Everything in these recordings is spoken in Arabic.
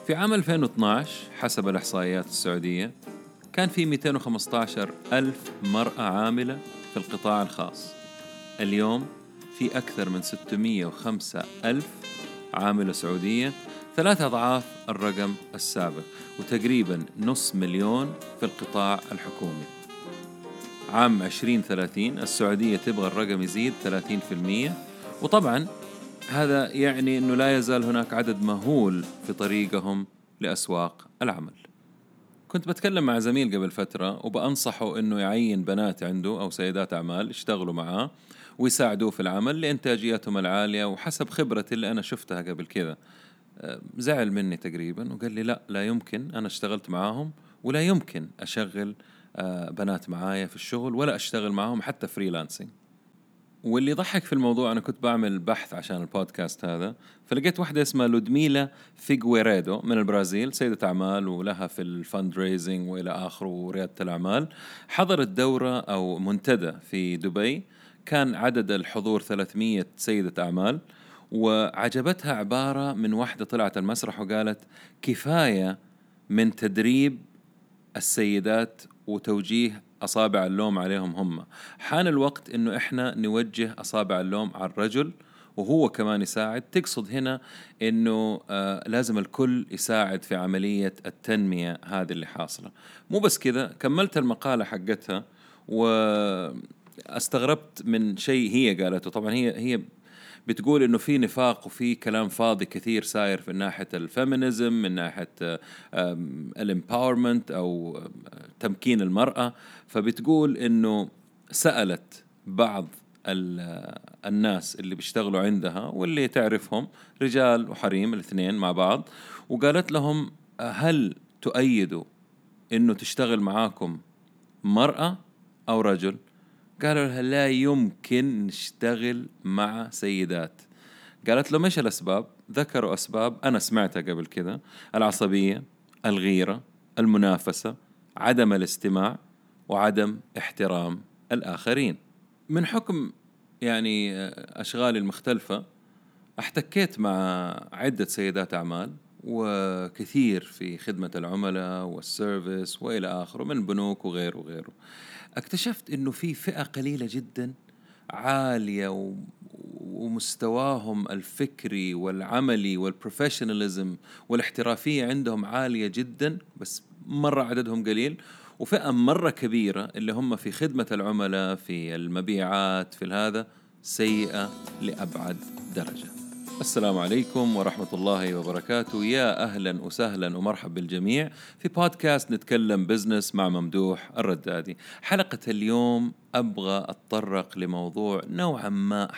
في عام 2012 حسب الإحصائيات السعودية كان في 215 ألف مرأة عاملة في القطاع الخاص. اليوم في أكثر من 605 ألف عاملة سعودية، 3 أضعاف الرقم السابق، وتقريبا 500,000 في القطاع الحكومي. عام 2030 السعودية تبغى الرقم يزيد 30%، وطبعا هذا يعني أنه لا يزال هناك عدد مهول في طريقهم لأسواق العمل. كنت بتكلم مع زميل قبل فترة وبأنصحه أنه يعين بنات عنده أو سيدات أعمال يشتغلوا معاه ويساعدوه في العمل لإنتاجيتهم العالية وحسب خبرتي اللي أنا شفتها قبل كذا. زعل مني تقريبا وقال لي لا يمكن، أنا اشتغلت معاهم ولا يمكن أشغل بنات معايا في الشغل ولا أشتغل معاهم حتى فريلانسينج. واللي ضحك في الموضوع، أنا كنت بعمل بحث عشان البودكاست هذا، فلقيت واحدة اسمها لودميلا فيغويريدو من البرازيل، سيدة أعمال ولها في الفند ريزنج وإلى آخره وريادة الأعمال. حضرت دورة أو منتدى في دبي، كان عدد الحضور 300 سيدة أعمال، وعجبتها عبارة من واحدة طلعت المسرح وقالت: كفاية من تدريب السيدات وتوجيه أصابع اللوم عليهم هم، حان الوقت إنه إحنا نوجه أصابع اللوم على الرجل وهو كمان يساعد. تقصد هنا إنه لازم الكل يساعد في عملية التنمية هذه اللي حاصلة. مو بس كذا، كملت المقالة حقتها واستغربت من شيء هي قالته. طبعا هي بتقول إنه في نفاق وفي كلام فاضي كثير ساير في ناحية الفيمينيزم، من ناحية الامباورمنت أو تمكين المرأة. فبتقول إنه سألت بعض الناس اللي بيشتغلوا عندها واللي تعرفهم رجال وحريم الاثنين مع بعض، وقالت لهم: هل تؤيدوا إنه تشتغل معاكم مرأة أو رجل؟ قالوا لها: لا يمكن نشتغل مع سيدات. قالت لهم: ايش الأسباب؟ ذكروا أسباب أنا سمعتها قبل كده: العصبية، الغيرة، المنافسة، عدم الاستماع، وعدم احترام الآخرين. من حكم يعني أشغالي المختلفة احتكيت مع عدة سيدات أعمال وكثير في خدمة العملاء والسيرفيس وإلى آخره من بنوك وغيره. اكتشفت إنه في فئة قليلة جدا عالية ومستواهم الفكري والعملي والبروفيشناليزم والاحترافية عندهم عالية جدا، بس مرة عددهم قليل. وفئة مرة كبيرة اللي هم في خدمة العملاء في المبيعات في هذا سيئة لأبعد درجة. السلام عليكم ورحمة الله وبركاته، يا أهلا وسهلا ومرحب بالجميع في بودكاست نتكلم بزنس مع ممدوح الردادي. حلقة اليوم أبغى أتطرق لموضوع نوعا ما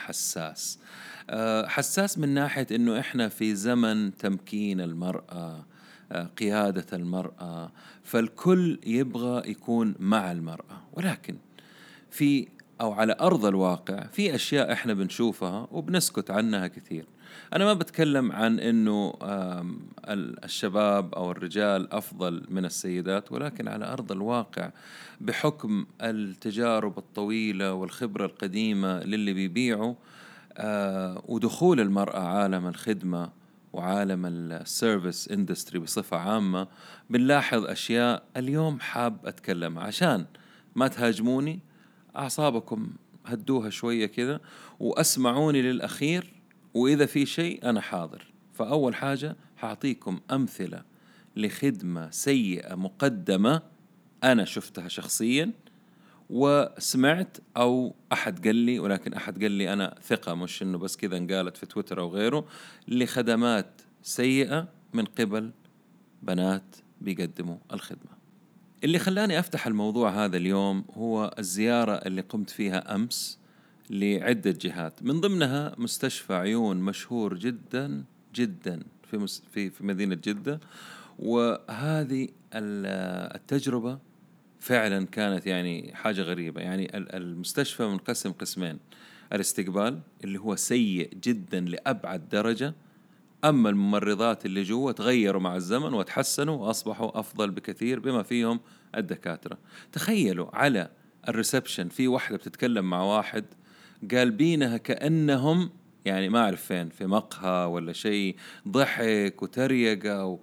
حساس من ناحية أنه إحنا في زمن تمكين المرأة، قيادة المرأة، فالكل يبغى يكون مع المرأة، ولكن في أو على أرض الواقع في أشياء إحنا بنشوفها وبنسكت عنها كثير. أنا ما بتكلم عن إنه الشباب أو الرجال أفضل من السيدات، ولكن على أرض الواقع بحكم التجارب الطويلة والخبرة القديمة للي بيبيعوا ودخول المرأة عالم الخدمة وعالم السيرفيس اندستري بصفة عامة، بنلاحظ أشياء اليوم حاب أتكلم عشان ما تهاجموني. أعصابكم هدوها شوية كذا وأسمعوني للأخير، وإذا في شيء أنا حاضر. فأول حاجة حاعطيكم أمثلة لخدمة سيئة مقدمة أنا شفتها شخصيا وسمعت، أو أحد قال لي، ولكن أحد قال لي أنا ثقة، مش إنه بس كذا انقالت في تويتر أو غيره، لخدمات سيئة من قبل بنات بيقدموا الخدمة. اللي خلاني أفتح الموضوع هذا اليوم هو الزيارة اللي قمت فيها أمس لعدة جهات، من ضمنها مستشفى عيون مشهور جدا جدا في مدينة جدة. وهذه التجربة فعلا كانت يعني حاجة غريبة. يعني المستشفى منقسم قسمين: الاستقبال اللي هو سيء جدا لأبعد درجة، أما الممرضات اللي جوا تغيروا مع الزمن وتحسنوا وأصبحوا أفضل بكثير بما فيهم الدكاترة. تخيلوا على الريسبشن في واحدة بتتكلم مع واحد قالبينها كأنهم يعني ما أعرف فين، في مقهى ولا شيء، ضحك وتريقة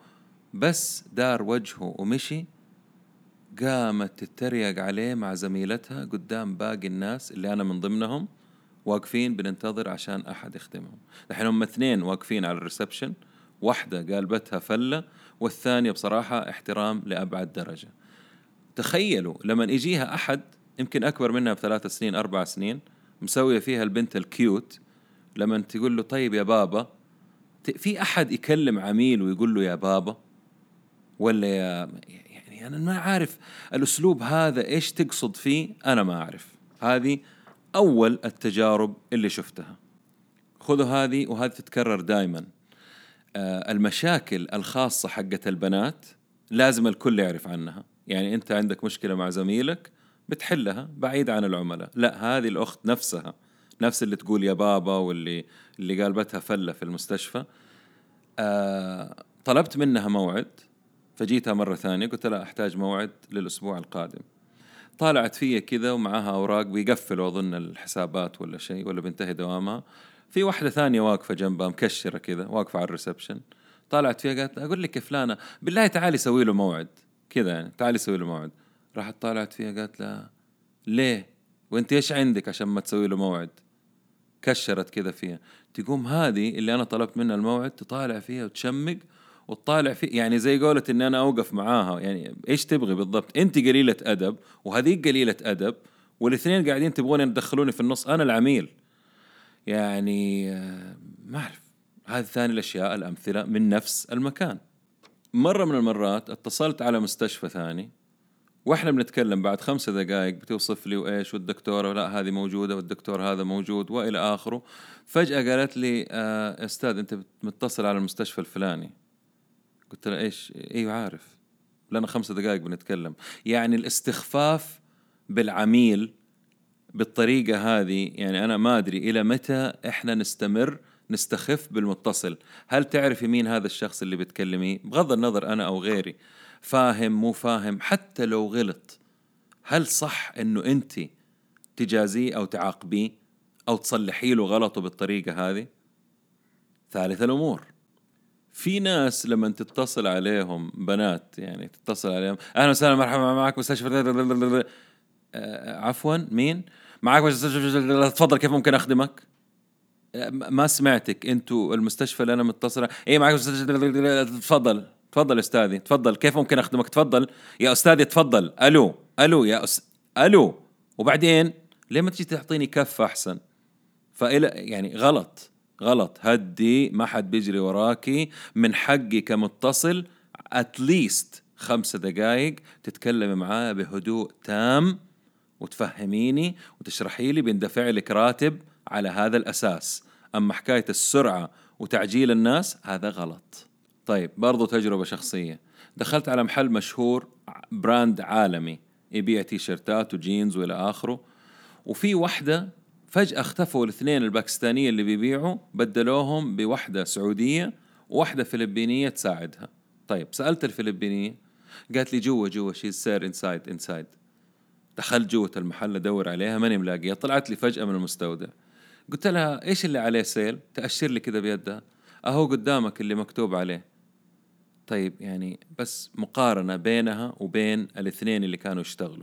بس دار وجهه ومشي، قامت تتريق عليه مع زميلتها قدام باقي الناس اللي أنا من ضمنهم، واقفين بننتظر عشان أحد يخدمهم. الحين هم 2 واقفين على الريسبشن، واحدة قالبتها فلة، والثانية بصراحة احترام لأبعد درجة. تخيلوا لما يجيها أحد يمكن أكبر منها ب3 سنين 4 سنين، مسوية فيها البنت الكيوت، لما تقول له طيب يا بابا، في أحد يكلم عميل ويقول له يا بابا ولا يعني أنا ما عارف الأسلوب هذا إيش تقصد فيه، أنا ما أعرف. هذه أول التجارب اللي شفتها. خذوا هذه، وهذه تتكرر دائما. المشاكل الخاصة حقت البنات لازم الكل يعرف عنها. يعني أنت عندك مشكلة مع زميلك بتحلها بعيد عن العملاء، لا، هذه الأخت نفسها، نفس اللي تقول يا بابا واللي قالبتها فلة في المستشفى. طلبت منها موعد، فجيتها مرة ثانية قلت لها أحتاج موعد للأسبوع القادم. طالعت فيا كذا ومعها أوراق بيقفلوا أظن الحسابات ولا شيء، ولا بينتهي دوامها. في واحدة ثانية واقفة جنبها مكشرة كذا، واقفة على الريسبشن. طالعت فيها قالت أقول لك يا فلانة بالله تعالي سوي له موعد كذا، يعني تعالي سوي له موعد. راحت طالعت فيها قالت لها ليه وانت ايش عندك عشان ما تسوي له موعد؟ كشرت كذا فيها. تقوم هذه اللي أنا طلبت منها الموعد تطالع فيها وتشمق وتطالع فيه، يعني زي قولة إن أنا أوقف معاها. يعني إيش تبغي بالضبط؟ أنت قليلة أدب وهذيك قليلة أدب، والاثنين قاعدين تبغون تدخلوني في النص، أنا العميل. يعني ما أعرف. هذه ثاني الأشياء الأمثلة من نفس المكان. مرة من المرات اتصلت على مستشفى ثاني، واحنا بنتكلم بعد 5 دقائق بتوصف لي وايش، والدكتورة لا هذه موجودة والدكتور هذا موجود والى اخره. فجأة قالت لي استاذ انت متصل على المستشفى الفلاني. قلت لها ايش؟ ايوه عارف، لنا 5 دقائق بنتكلم. يعني الاستخفاف بالعميل بالطريقة هذه، يعني أنا ما أدري إلى متى إحنا نستمر نستخف بالمتصل. هل تعرفي مين هذا الشخص اللي بتكلميه؟ بغض النظر أنا أو غيري فاهم مو فاهم، حتى لو غلط، هل صح إنه أنت تجازيه أو تعاقبيه أو تصلحي له غلطه بالطريقة هذه؟ ثالث الأمور، في ناس لما تتصل عليهم بنات، يعني تتصل عليهم أهلا وسهلا مرحبا معك مستشفى عفوا مين معك تفضل كيف ممكن أخدمك؟ ما سمعتك، انتوا المستشفى اللي انا متصله ايه معك تفضل تفضل استاذي تفضل كيف ممكن اخدمك؟ تفضل يا استاذي تفضل، الو الو الو. وبعدين ليه ما تجي تعطيني كف احسن؟ فإلى يعني غلط غلط، هدي ما حد بيجري وراكي، من حقي كمتصل اتليست 5 دقائق تتكلمي معاه بهدوء تام وتفهميني وتشرحي لي، بندفع لك راتب على هذا الأساس. أما حكاية السرعة وتعجيل الناس هذا غلط. طيب برضو تجربة شخصية، دخلت على محل مشهور براند عالمي يبيع تيشيرتات وجينز وإلى آخره، وفي واحدة فجأة اختفوا الاثنين الباكستانية اللي بيبيعوا، بدلوهم بواحدة سعودية وواحدة فلبينية تساعدها. طيب سألت الفلبينية قالت لي جوا شي سير انسايد. دخلت جوة المحل أدور عليها ماني ملاقيها، طلعت لي فجأة من المستودع. قلت لها إيش اللي عليه سيل؟ تأشر لي كذا بيدها. أهو قدامك اللي مكتوب عليه. طيب يعني بس مقارنة بينها وبين الاثنين اللي كانوا يشتغلوا.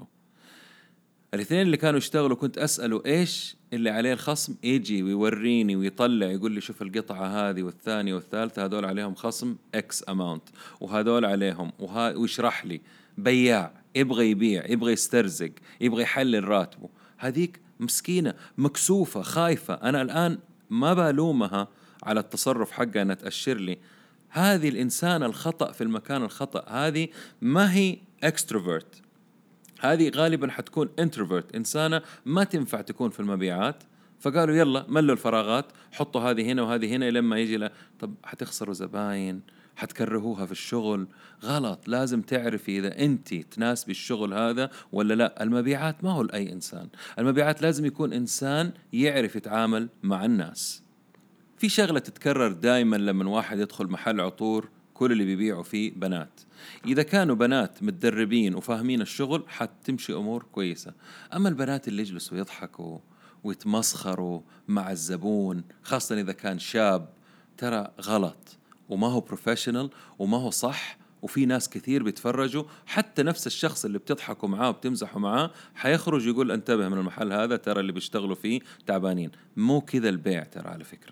الاثنين اللي كانوا يشتغلوا كنت أسأله إيش اللي عليه الخصم، يجي ويوريني ويطلع يقول لي شوف القطعة هذه والثانية والثالثة هذول عليهم خصم X amount وهذول عليهم ويشرح لي. بياع يبغى يبيع، يبغى يسترزق، يبغى يحلل راتبه. هذيك مسكينة مكسوفة خايفة. أنا الآن ما بلومها على التصرف حقها أنها تأشر لي. هذه الإنسان الخطأ في المكان الخطأ، هذه ما هي extrovert، هذه غالبا حتكون انتروفيرت، إنسانة ما تنفع تكون في المبيعات. فقالوا يلا ملوا الفراغات، حطوا هذه هنا وهذه هنا لما يجي له. طب حتخسروا زباين، حتكرهوها في الشغل. غلط. لازم تعرفي إذا أنت تناسبي الشغل هذا ولا لا. المبيعات ما هو لأي إنسان، المبيعات لازم يكون إنسان يعرف يتعامل مع الناس. في شغلة تتكرر دائما لما واحد يدخل محل عطور كل اللي بيبيعوا فيه بنات. إذا كانوا بنات متدربين وفاهمين الشغل حتمشي أمور كويسة. أما البنات اللي يجلسوا يضحكوا ويتمسخروا مع الزبون خاصة إذا كان شاب، ترى غلط وما هو بروفيشنال وما هو صح وفي ناس كثير بيتفرجوا، حتى نفس الشخص اللي بتضحكوا معاه وبتمزحوا معاه حيخرج يقول انتبه من المحل هذا، ترى اللي بيشتغلوا فيه تعبانين. مو كذا البيع ترى على فكرة.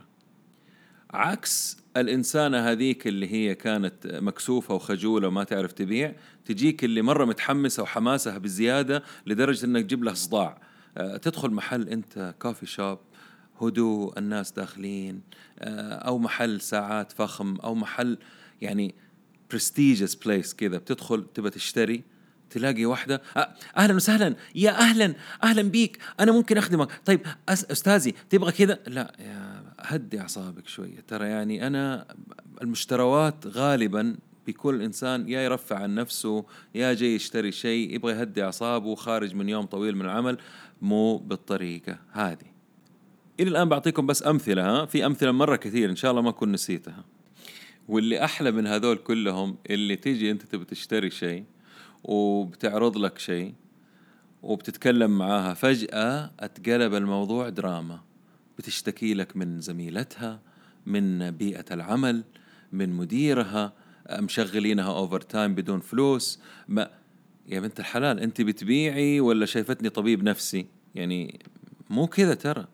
عكس الإنسانة هذيك اللي هي كانت مكسوفة وخجولة وما تعرف تبيع، تجيك اللي مرة متحمسة وحماسها بزيادة لدرجة إنك تجيب لها صداع. تدخل محل أنت كوفي شوب، هدوء، الناس داخلين، أو محل ساعات فخم، أو محل يعني prestigious place كذا، بتدخل تبى تشتري، تلاقي واحدة أهلا وسهلا، يا أهلا بيك، أنا ممكن أخدمك، طيب أستاذي تبغى كذا؟ لا يا هدي أعصابك شوية، ترى يعني أنا المشتروات غالبا بيكون الإنسان يا يرفع عن نفسه، يا جاي يشتري شيء يبغى يهدي أعصابه، خارج من يوم طويل من العمل. مو بالطريقة هذه. إلى الآن بعطيكم بس أمثلة، في أمثلة مرة كثير إن شاء الله ما أكون نسيتها. واللي أحلى من هذول كلهم، اللي تيجي أنت تبي تشتري شيء وبتعرض لك شيء وبتتكلم معاها، فجأة اتقلب الموضوع دراما، بتشتكي لك من زميلتها، من بيئة العمل، من مديرها، مشغلينها اوفر تايم بدون فلوس. ما يا بنت الحلال، انت بتبيعي ولا شايفتني طبيب نفسي؟ يعني مو كذا ترى.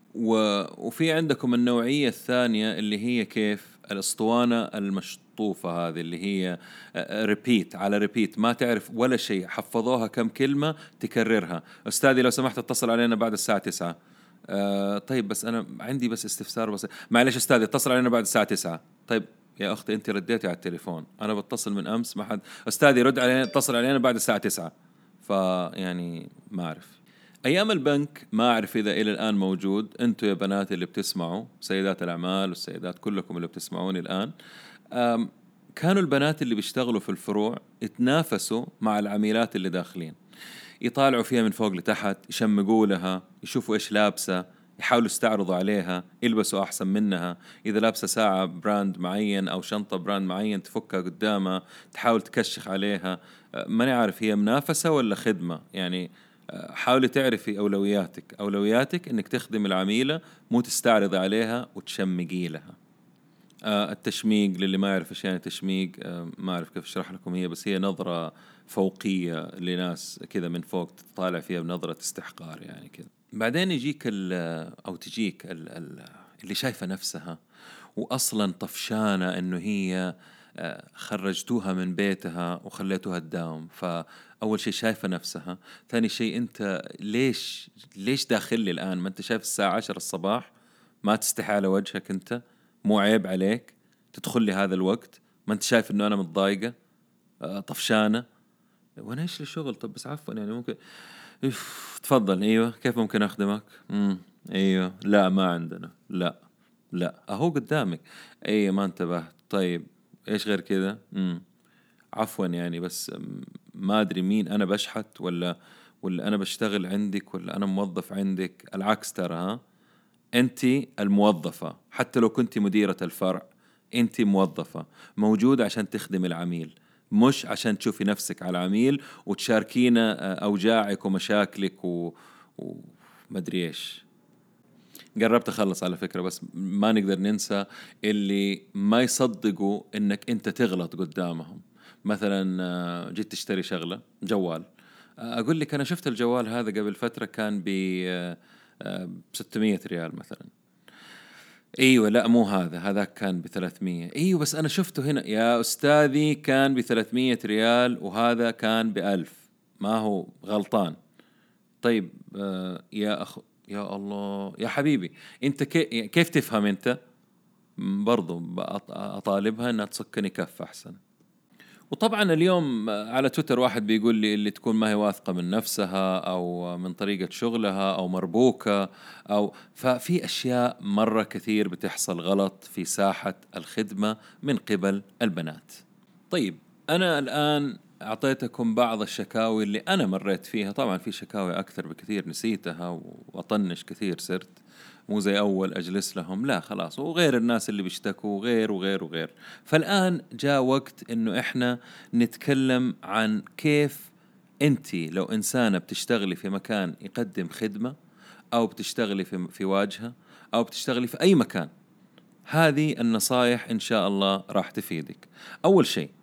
وفي عندكم النوعية الثانية اللي هي كيف الأسطوانة المشطوفة هذه، اللي هي ريبيت على ريبيت، ما تعرف ولا شيء، حفظوها كم كلمة تكررها. أستاذي لو سمحت اتصل علينا بعد الساعة 9. طيب بس أنا عندي بس استفسار بس، معلش أستاذي اتصل علينا بعد الساعة 9. طيب يا أختي أنت رديتي على التليفون، أنا بتصل من أمس ما حد. أستاذي رد علينا، اتصل علينا بعد الساعة 9. فيعني ما أعرف. أيام البنك ما أعرف إذا إلى الآن موجود. أنتوا يا بنات اللي بتسمعوا، سيدات الأعمال والسيدات كلكم اللي بتسمعوني الآن، كانوا البنات اللي بيشتغلوا في الفروع يتنافسوا مع العميلات اللي داخلين، يطالعوا فيها من فوق لتحت، يشمقوا لها، يشوفوا إيش لابسة، يحاولوا يستعرضوا عليها، يلبسوا أحسن منها. إذا لابسة ساعة براند معين أو شنطة براند معين تفكها قدامها، تحاول تكشخ عليها. ماني عارف هي منافسة ولا خدمة يعني. حاولي تعرفي أولوياتك إنك تخدم العميلة، مو تستعرض عليها وتشمقي لها. التشميق للي ما يعرف إيش يعني تشميق، ما أعرف كيف أشرح لكم. هي بس هي نظرة فوقية لناس كذا من فوق، تطالع فيها بنظرة استحقار يعني كذا. بعدين يجيك أو تجيك اللي شايفة نفسها وأصلا طفشانة إنه هي خرجتوها من بيتها وخليتوها تداوم. فأول شيء شايفة نفسها، ثاني شيء أنت ليش داخل لي الآن؟ ما أنت شايف الساعة 10 الصباح، ما تستحي على وجهك أنت؟ مو عيب عليك تدخل لي هذا الوقت؟ ما أنت شايف إنه أنا متضايقة طفشانة وأنا إيش الشغل؟ طب بس عفوا يعني ممكن تفضل. أيوة كيف ممكن أخدمك؟ أيوة لا ما عندنا، لا أهو قدامك. أي ما انتبهت. طيب إيش غير كذا؟ عفوا يعني بس ما أدري مين أنا، بشحت ولا أنا بشتغل عندك ولا أنا موظف عندك؟ العكس ترى، أنت الموظفة، حتى لو كنت مديرة الفرع أنت موظفة موجودة عشان تخدم العميل، مش عشان تشوفي نفسك على العميل وتشاركينا أوجاعك ومشاكلك ومدري إيش. قربت أخلص على فكرة، بس ما نقدر ننسى اللي ما يصدقوا إنك أنت تغلط قدامهم. مثلا جيت تشتري شغلة جوال، أقول لك أنا شفت الجوال هذا قبل فترة كان ب 600 ريال مثلا. ايوه لا مو هذا، هذاك كان ب 300. ايوه بس انا شفته هنا يا استاذي كان ب 300 ريال وهذا كان ب 1000، ما هو غلطان؟ طيب يا أخ، يا الله يا حبيبي، أنت كيف تفهم أنت؟ برضو أطالبها أنها تصكني كف أحسن. وطبعا اليوم على تويتر واحد بيقول لي اللي تكون ما هي واثقة من نفسها أو من طريقة شغلها أو مربوكة، أو ففي أشياء مرة كثير بتحصل غلط في ساحة الخدمة من قبل البنات. طيب أنا الآن أعطيتكم بعض الشكاوي اللي أنا مريت فيها، طبعا في شكاوي أكثر بكثير نسيتها وأطنش كثير صرت، مو زي أول أجلس لهم، لا خلاص، وغير الناس اللي بيشتكوا وغير. فالآن جاء وقت إنه إحنا نتكلم عن كيف أنتي لو إنسانة بتشتغلي في مكان يقدم خدمة، أو بتشتغلي في واجهة، أو بتشتغلي في أي مكان، هذه النصائح إن شاء الله راح تفيدك. أول شيء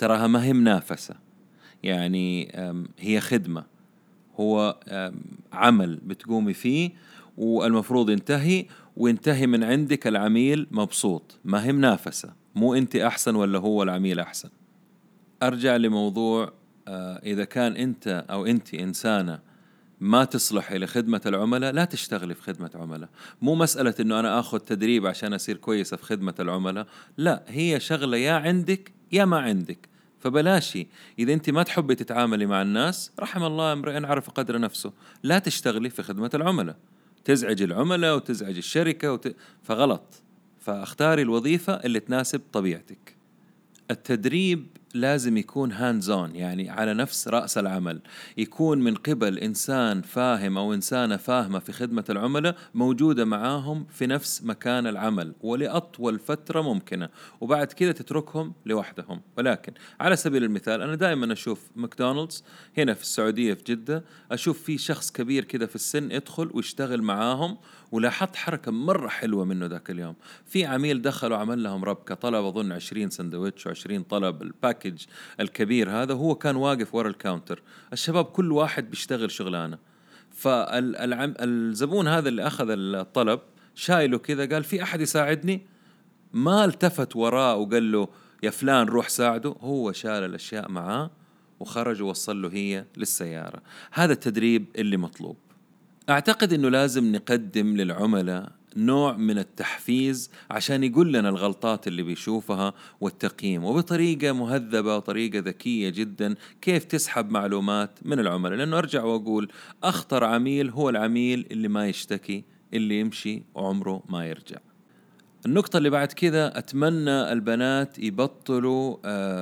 تراها ما هي منافسة، يعني هي خدمة، هو عمل بتقومي فيه والمفروض ينتهي، وينتهي من عندك العميل مبسوط. ما هي منافسة، مو أنت أحسن ولا هو العميل أحسن. أرجع لموضوع إذا كان أنت أو أنت إنسانة ما تصلح إلى خدمة العملاء، لا تشتغلي في خدمة عملاء. مو مسألة إنه أنا أخذ تدريب عشان أصير كويسة في خدمة العملاء، لا، هي شغلة يا عندك يا ما عندك. فبلاشي، إذا أنت ما تحبي تتعاملي مع الناس، رحم الله امرئ عرف قدر نفسه، لا تشتغلي في خدمة العملاء، تزعج العملاء وتزعج الشركة فغلط. فاختاري الوظيفة اللي تناسب طبيعتك. التدريب لازم يكون هاندز اون، يعني على نفس رأس العمل، يكون من قبل إنسان فاهم أو إنسانة فاهمة في خدمة العملاء، موجودة معاهم في نفس مكان العمل ولأطول فترة ممكنة، وبعد كده تتركهم لوحدهم. ولكن على سبيل المثال، أنا دائما أشوف ماكدونالدز هنا في السعودية في جدة، أشوف في شخص كبير كده في السن يدخل ويشتغل معاهم، ولاحظت حركة مرة حلوة منه ذاك اليوم. في عميل دخل وعمل لهم ربكة، طلب أظن 20 سندويتش و20 طلب الباكج الكبير هذا، وهو كان واقف ورا الكاونتر. الشباب كل واحد بيشتغل شغلانة، فالزبون هذا اللي أخذ الطلب شايله كذا، قال في أحد يساعدني؟ ما التفت وراه وقال له يا فلان روح ساعده، هو شال الأشياء معاه وخرج ووصل له هي للسيارة. هذا التدريب اللي مطلوب. أعتقد أنه لازم نقدم للعملاء نوع من التحفيز عشان يقول لنا الغلطات اللي بيشوفها والتقييم، وبطريقة مهذبة وطريقة ذكية جدا كيف تسحب معلومات من العملاء. لأنه أرجع وأقول أخطر عميل هو العميل اللي ما يشتكي، اللي يمشي وعمره ما يرجع. النقطة اللي بعد كذا، أتمنى البنات يبطلوا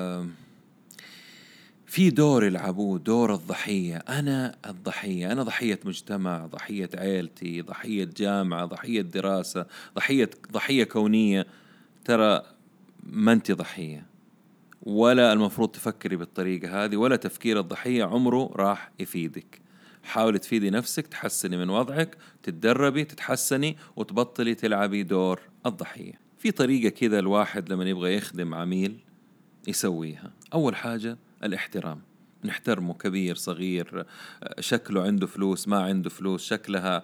في دور يلعبوه، دور الضحية. أنا الضحية، أنا ضحية مجتمع، ضحية عيلتي، ضحية جامعة، ضحية دراسة، ضحية كونية. ترى ما أنت ضحية، ولا المفروض تفكري بالطريقة هذه، ولا تفكير الضحية عمره راح يفيدك. حاولي تفيدي نفسك، تحسني من وضعك، تتدربي، تتحسني، وتبطلي تلعبي دور الضحية. في طريقة كذا الواحد لما يبغى يخدم عميل يسويها. أول حاجة الاحترام، نحترمه، كبير صغير، شكله عنده فلوس ما عنده فلوس، شكلها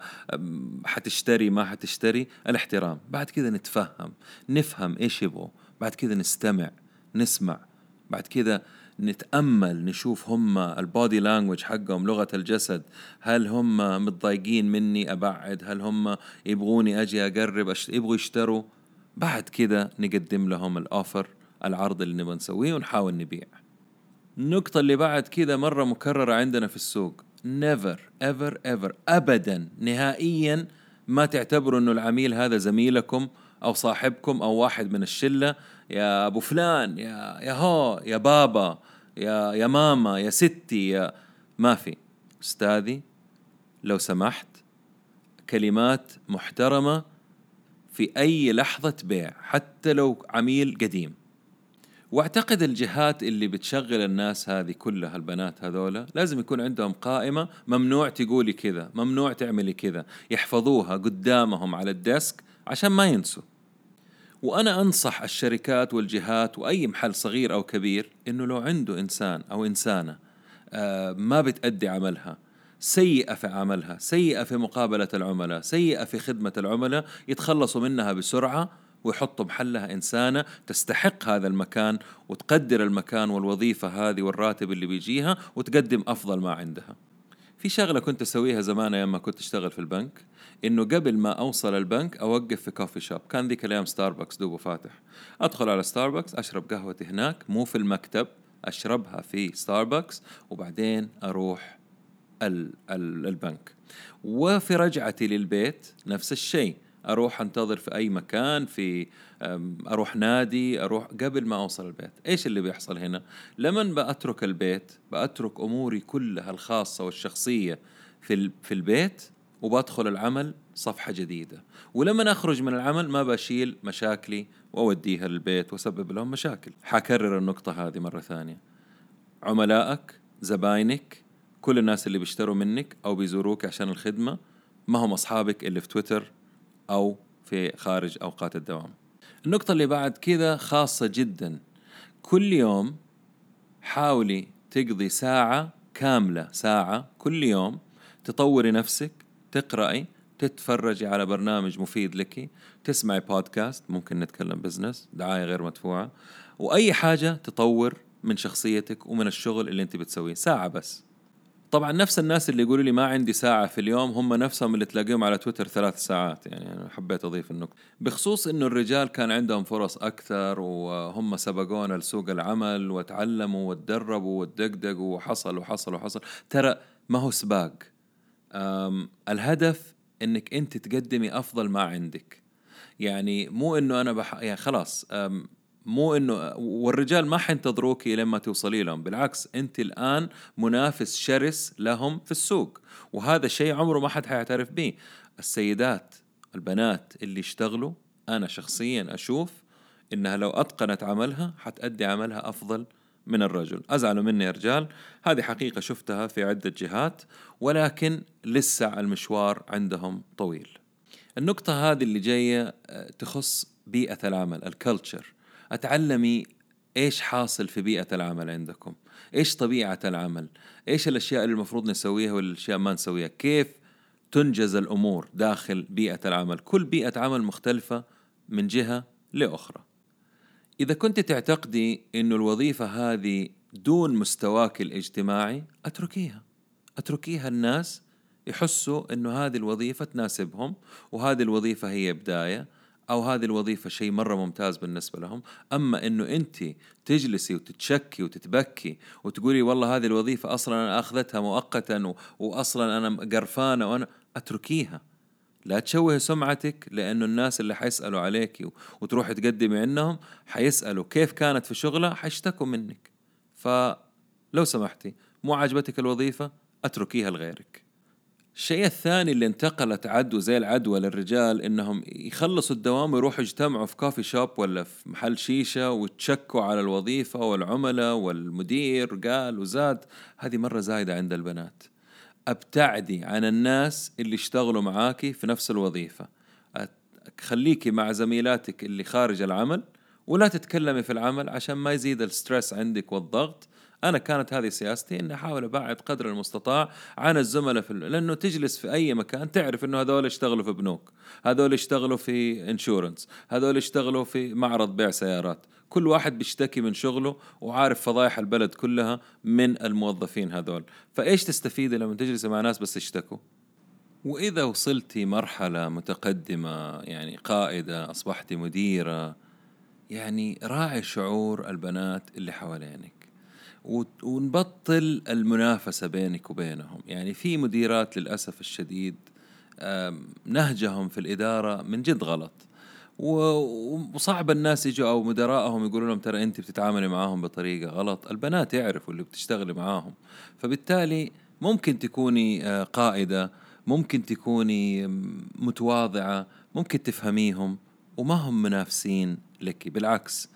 حتشتري ما حتشتري، الاحترام. بعد كذا نتفهم، نفهم إيش يبغوا، بعد كذا نستمع، نسمع، بعد كذا نتأمل، نشوف هم البودي لانجوج حقهم، لغة الجسد، هل هم متضايقين مني أبعد، هل هم يبغوني أجي أقرب، يبغوا يشتروا. بعد كذا نقدم لهم الأوفر، العرض اللي نبغى نسويه، ونحاول نبيع. النقطة اللي بعد كذا مرة مكررة عندنا في السوق، never ever ever أبدا نهائيا ما تعتبروا أنه العميل هذا زميلكم أو صاحبكم أو واحد من الشلة. يا أبو فلان، يا هو، يا بابا، يا ماما، يا ستي، ما في. أستاذي لو سمحت، كلمات محترمة في أي لحظة بيع، حتى لو عميل قديم. واعتقد الجهات اللي بتشغل الناس هذه كلها، البنات هذولا، لازم يكون عندهم قائمة ممنوع تقولي كذا، ممنوع تعملي كذا، يحفظوها قدامهم على الديسك عشان ما ينسوا. وأنا أنصح الشركات والجهات وأي محل صغير أو كبير إنه لو عنده إنسان أو إنسانة ما بتأدي عملها، سيئة في عملها، سيئة في مقابلة العملاء، سيئة في خدمة العملاء، يتخلصوا منها بسرعة ويحطوا محلها إنسانة تستحق هذا المكان وتقدر المكان والوظيفة هذه والراتب اللي بيجيها، وتقدم أفضل ما عندها. في شغلة كنت أسويها زمان أيام ما كنت أشتغل في البنك، إنه قبل ما أوصل البنك أوقف في كوفي شوب. كان ذيك الأيام ستاربكس دوبه فاتح، أدخل على ستاربكس أشرب قهوتي هناك، مو في المكتب، أشربها في ستاربكس، وبعدين أروح البنك. وفي رجعتي للبيت نفس الشيء، أروح أنتظر في أي مكان، في أروح نادي، أروح قبل ما أوصل البيت. إيش اللي بيحصل هنا؟ لمن بأترك البيت بأترك أموري كلها الخاصة والشخصية في البيت، وبدخل العمل صفحة جديدة. ولما أخرج من العمل ما بشيل مشاكلي وأوديها للبيت وأسبب لهم مشاكل. حكرر النقطة هذه مرة ثانية، عملائك، زباينك، كل الناس اللي بيشتروا منك أو بيزوروك عشان الخدمة، ما هم أصحابك اللي في تويتر أو في خارج أوقات الدوام. النقطة اللي بعد كذا خاصة جدا، كل يوم حاولي تقضي ساعة كاملة، ساعة كل يوم، تطوري نفسك، تقرأي، تتفرجي على برنامج مفيد لك، تسمعي بودكاست، ممكن نتكلم بزنس، دعاية غير مدفوعة، وأي حاجة تطور من شخصيتك ومن الشغل اللي انت بتسويه. ساعة بس. طبعا نفس الناس اللي يقولوا لي ما عندي ساعة في اليوم هم نفسهم اللي تلاقيهم على تويتر 3 ساعات. يعني أنا حبيت أضيف النقطة بخصوص إنه الرجال كان عندهم فرص أكثر وهم سبقونا لسوق العمل وتعلموا وتدربوا وتدقدقوا وحصل وحصل وحصل. ترى ما هو سباق. الهدف إنك أنت تقدمي أفضل ما عندك. يعني مو إنه أنا يعني خلاص، مو إنه والرجال ما حينتظروك لما توصلي لهم، بالعكس أنت الآن منافس شرس لهم في السوق، وهذا الشيء عمره ما حد حيعترف به. السيدات البنات اللي يشتغلوا، أنا شخصيا أشوف إنها لو أتقنت عملها حتأدي عملها أفضل من الرجل. أزعلوا مني يا رجال، هذه حقيقة شفتها في عدة جهات، ولكن لسه المشوار عندهم طويل. النقطة هذه اللي جاية تخص بيئة العمل، الكالتشر. أتعلمي إيش حاصل في بيئة العمل عندكم، إيش طبيعة العمل، إيش الأشياء اللي المفروض نسويها والأشياء ما نسويها، كيف تنجز الأمور داخل بيئة العمل. كل بيئة عمل مختلفة من جهة لأخرى. إذا كنت تعتقدي إنه الوظيفة هذه دون مستواك الاجتماعي، أتركيها الناس يحسوا إنه هذه الوظيفة تناسبهم، وهذه الوظيفة هي بداية، أو هذه الوظيفة شيء مرة ممتاز بالنسبة لهم. أما إنه أنت تجلسي وتتشكي وتتبكي وتقولي والله هذه الوظيفة أصلا أنا أخذتها مؤقتا وأصلا أنا قرفانة، وأنا أتركيها. لا تشوه سمعتك، لأنه الناس اللي حيسألوا عليك وتروح تقدمي عنهم حيسألوا كيف كانت في شغلها، حيشتكوا منك. فلو سمحتي، مو عجبتك الوظيفة، أتركيها لغيرك. الشيء الثاني اللي انتقلت عدو زي العدوى للرجال، إنهم يخلصوا الدوام ويروحوا يجتمعوا في كوفي شوب ولا في محل شيشة وتشكوا على الوظيفة والعملاء والمدير قال وزاد. هذه مرة زايدة عند البنات. أبتعدي عن الناس اللي اشتغلوا معاكي في نفس الوظيفة. خليكي مع زميلاتك اللي خارج العمل، ولا تتكلمي في العمل عشان ما يزيد الستريس عندك والضغط. أنا كانت هذه سياستي، إني أحاول أبعد قدر المستطاع عن الزملاء لأنه تجلس في أي مكان تعرف إنه هذول يشتغلوا في بنوك، هذول يشتغلوا في انشورنس، هذول يشتغلوا في معرض بيع سيارات. كل واحد بيشتكي من شغله وعارف فضايح البلد كلها من الموظفين هذول. فإيش تستفيد لما تجلس مع ناس بس يشتكوا؟ وإذا وصلتي مرحلة متقدمة، يعني قائدة، أصبحتي مديرة، يعني راعي شعور البنات اللي حوالينك، ونبطل المنافسة بينك وبينهم. يعني في مديرات للأسف الشديد نهجهم في الإدارة من جد غلط، وصعب الناس يجوا أو مدراءهم يقولوا لهم ترى أنت بتتعاملي معاهم بطريقة غلط. البنات يعرفوا اللي بتشتغلي معاهم، فبالتالي ممكن تكوني قائدة، ممكن تكوني متواضعة، ممكن تفهميهم وما هم منافسين لك. بالعكس،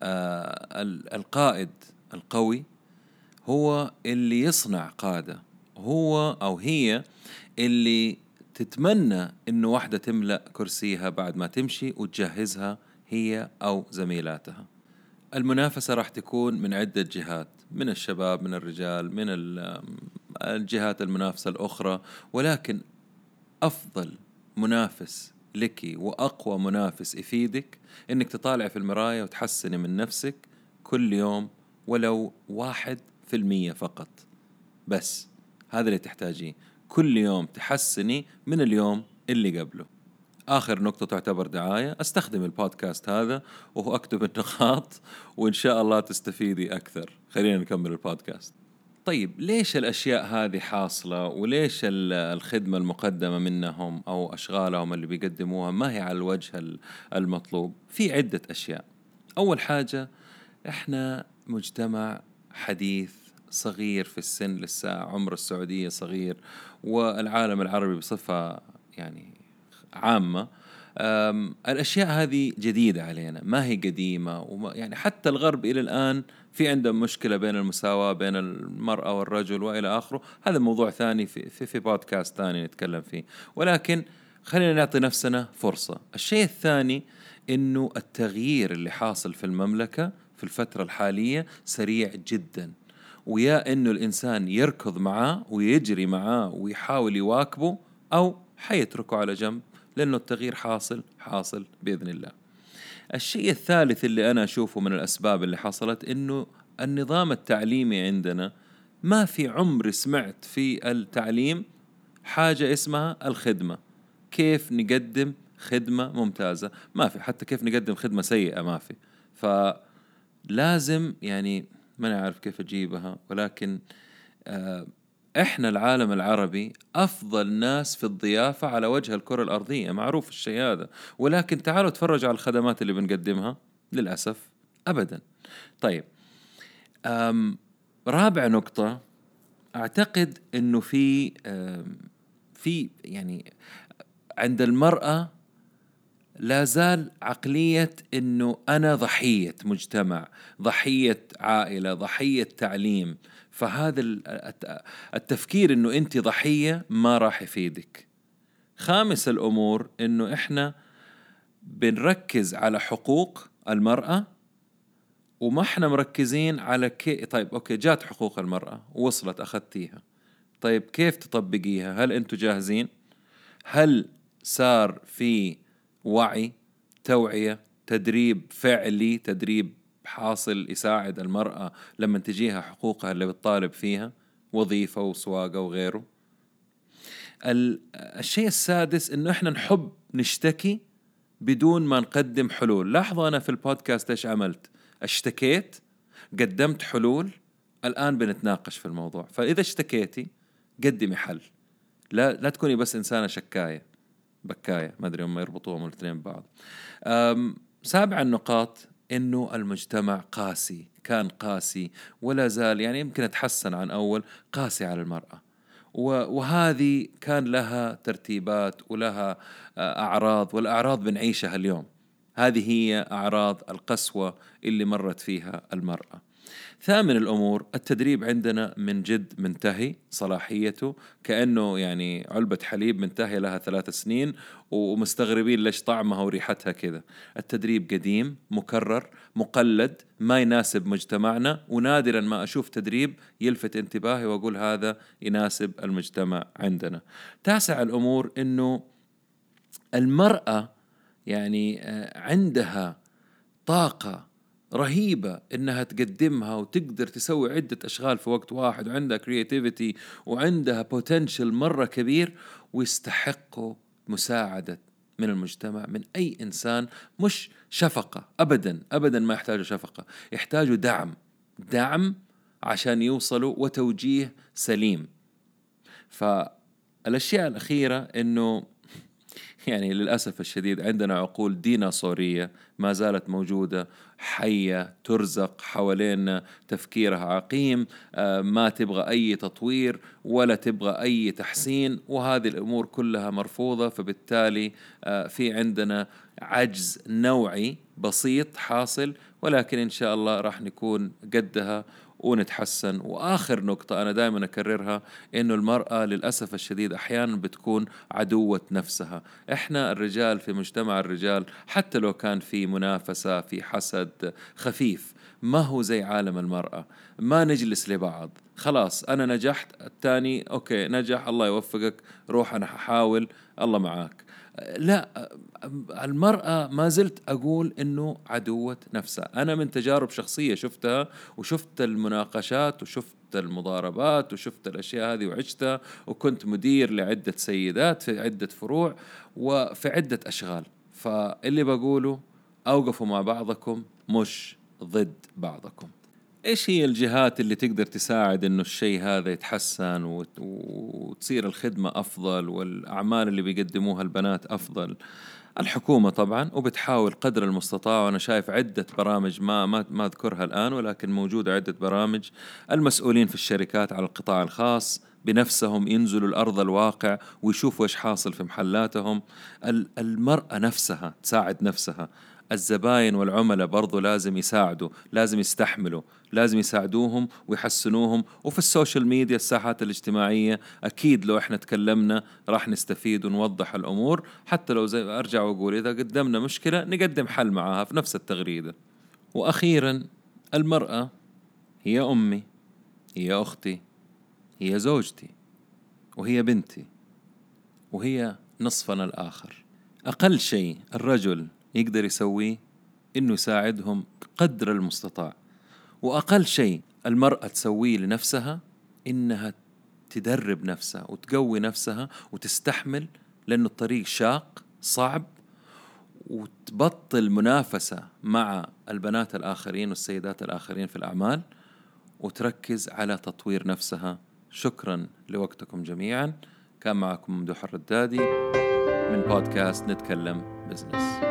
القائد القوي هو اللي يصنع قادة، هو أو هي اللي تتمنى إنه واحدة تملأ كرسيها بعد ما تمشي وتجهزها هي أو زميلاتها. المنافسة راح تكون من عدة جهات، من الشباب، من الرجال، من الجهات المنافسة الأخرى، ولكن أفضل منافس لك وأقوى منافس يفيدك إنك تطالع في المراية وتحسني من نفسك كل يوم، ولو 1% فقط. بس هذا اللي تحتاجيه، كل يوم تحسني من اليوم اللي قبله. آخر نقطة تعتبر دعاية، أستخدم البودكاست هذا وهو أكتب النقاط، وإن شاء الله تستفيدي أكثر. خلينا نكمل البودكاست. طيب ليش الأشياء هذه حاصلة، وليش الخدمة المقدمة منهم أو أشغالهم اللي بيقدموها ما هي على الوجه المطلوب؟ في عدة أشياء. أول حاجة، إحنا مجتمع حديث صغير في السن، لسه عمر السعودية صغير، والعالم العربي بصفة يعني عامة. الأشياء هذه جديدة علينا، ما هي قديمة. يعني حتى الغرب إلى الآن في عندهم مشكلة بين المساواة بين المرأة والرجل وإلى آخره. هذا موضوع ثاني في بودكاست ثاني نتكلم فيه، ولكن خلينا نعطي نفسنا فرصة. الشيء الثاني إنه التغيير اللي حاصل في المملكة في الفترة الحالية سريع جدا. ويا إنه الإنسان يركض معاه ويجري معاه ويحاول يواكبه، أو حيتركه على جنب، لأنه التغيير حاصل بإذن الله. الشيء الثالث اللي أنا أشوفه من الأسباب اللي حصلت إنه النظام التعليمي عندنا، ما في عمري سمعت في التعليم حاجة اسمها الخدمة، كيف نقدم خدمة ممتازة، ما في. حتى كيف نقدم خدمة سيئة ما في. فلازم يعني ما نعرف كيف أجيبها، ولكن إحنا العالم العربي أفضل ناس في الضيافة على وجه الكرة الأرضية، معروف الشيء هذا، ولكن تعالوا تفرجوا على الخدمات اللي بنقدمها، للأسف أبدا. طيب، رابع نقطة، أعتقد إنه في يعني عند المرأة لا زال عقلية إنه أنا ضحية مجتمع، ضحية عائلة، ضحية تعليم. فهذا التفكير إنه أنت ضحية ما راح يفيدك. خامس الأمور إنه إحنا بنركز على حقوق المرأة، وما إحنا مركزين على طيب أوكي، جات حقوق المرأة وصلت أخذتيها، طيب كيف تطبقيها؟ هل أنتوا جاهزين؟ هل صار في وعي، توعية، تدريب فعلي، تدريب حاصل يساعد المرأة لما تجيها حقوقها اللي بتطالب فيها، وظيفة وسواقة وغيره؟ الشيء السادس إنه إحنا نحب نشتكي بدون ما نقدم حلول. لاحظوا أنا في البودكاست إيش عملت؟ اشتكيت، قدمت حلول، الآن بنتناقش في الموضوع. فإذا اشتكيتي قدمي حل، لا تكوني بس إنسانة شكاية بكاية، ما أدري هم يربطوهم الاثنين ببعض. سابع النقاط إنه المجتمع قاسي، كان قاسي ولا زال، يعني يمكن أتحسن عن أول، قاسي على المرأة. وهذه كان لها ترتيبات ولها أعراض، والأعراض بنعيشها اليوم. هذه هي أعراض القسوة اللي مرت فيها المرأة. ثامن الأمور، التدريب عندنا من جد منتهي صلاحيته، كأنه يعني علبة حليب منتهي لها 3 سنين ومستغربين ليش طعمها وريحتها كذا. التدريب قديم، مكرر، مقلد، ما يناسب مجتمعنا، ونادرا ما أشوف تدريب يلفت انتباهي وأقول هذا يناسب المجتمع عندنا. تاسع الأمور، إنه المرأة يعني عندها طاقة رهيبة إنها تقدمها وتقدر تسوي عدة أشغال في وقت واحد، وعندها creativity وعندها potential مرة كبير، ويستحقوا مساعدة من المجتمع، من أي إنسان. مش شفقة أبدا أبدا، ما يحتاجوا شفقة، يحتاجوا دعم عشان يوصلوا، وتوجيه سليم. فالأشياء الأخيرة إنه يعني للأسف الشديد عندنا عقول ديناصورية ما زالت موجودة، حية ترزق حوالينا، تفكيرها عقيم، ما تبغى أي تطوير ولا تبغى أي تحسين، وهذه الأمور كلها مرفوضة. فبالتالي في عندنا عجز نوعي بسيط حاصل، ولكن إن شاء الله راح نكون قدها ونتحسن. وآخر نقطة أنا دائما أكررها، إنه المرأة للأسف الشديد أحيانا بتكون عدوة نفسها. إحنا الرجال في مجتمع الرجال، حتى لو كان في منافسة، في حسد خفيف، ما هو زي عالم المرأة. ما نجلس لبعض خلاص أنا نجحت، الثاني أوكي نجح، الله يوفقك، روح أنا ححاول، الله معاك. لا، المرأة ما زلت أقول إنه عدوة نفسها. أنا من تجارب شخصية شفتها، وشفت المناقشات، وشفت المضاربات، وشفت الأشياء هذه وعشتها، وكنت مدير لعدة سيدات في عدة فروع وفي عدة أشغال. فاللي بقوله، أوقفوا مع بعضكم مش ضد بعضكم. إيش هي الجهات اللي تقدر تساعد إنه الشيء هذا يتحسن وتصير الخدمة أفضل والأعمال اللي بيقدموها البنات أفضل؟ الحكومة طبعا، وبتحاول قدر المستطاع، وأنا شايف عدة برامج ما أذكرها الآن، ولكن موجودة عدة برامج. المسؤولين في الشركات على القطاع الخاص بنفسهم ينزلوا الأرض الواقع ويشوفوا إيش حاصل في محلاتهم. المرأة نفسها تساعد نفسها. الزباين والعملاء برضو لازم يساعدوا، لازم يستحملوا، لازم يساعدوهم ويحسنوهم. وفي السوشيال ميديا، الساحات الاجتماعية، أكيد لو إحنا تكلمنا راح نستفيد ونوضح الأمور. حتى لو زي أرجع وأقول، إذا قدمنا مشكلة نقدم حل معها في نفس التغريدة. وأخيرا، المرأة هي أمي، هي أختي، هي زوجتي، وهي بنتي، وهي نصفنا الآخر. أقل شيء الرجل يقدر يسويه إنه يساعدهم قدر المستطاع، وأقل شيء المرأة تسويه لنفسها إنها تدرب نفسها وتقوي نفسها وتستحمل، لأنه الطريق شاق صعب، وتبطل منافسة مع البنات الآخرين والسيدات الآخرين في الأعمال، وتركز على تطوير نفسها. شكرا لوقتكم جميعا. كان معكم ممدوح الردادي من بودكاست نتكلم بزنس.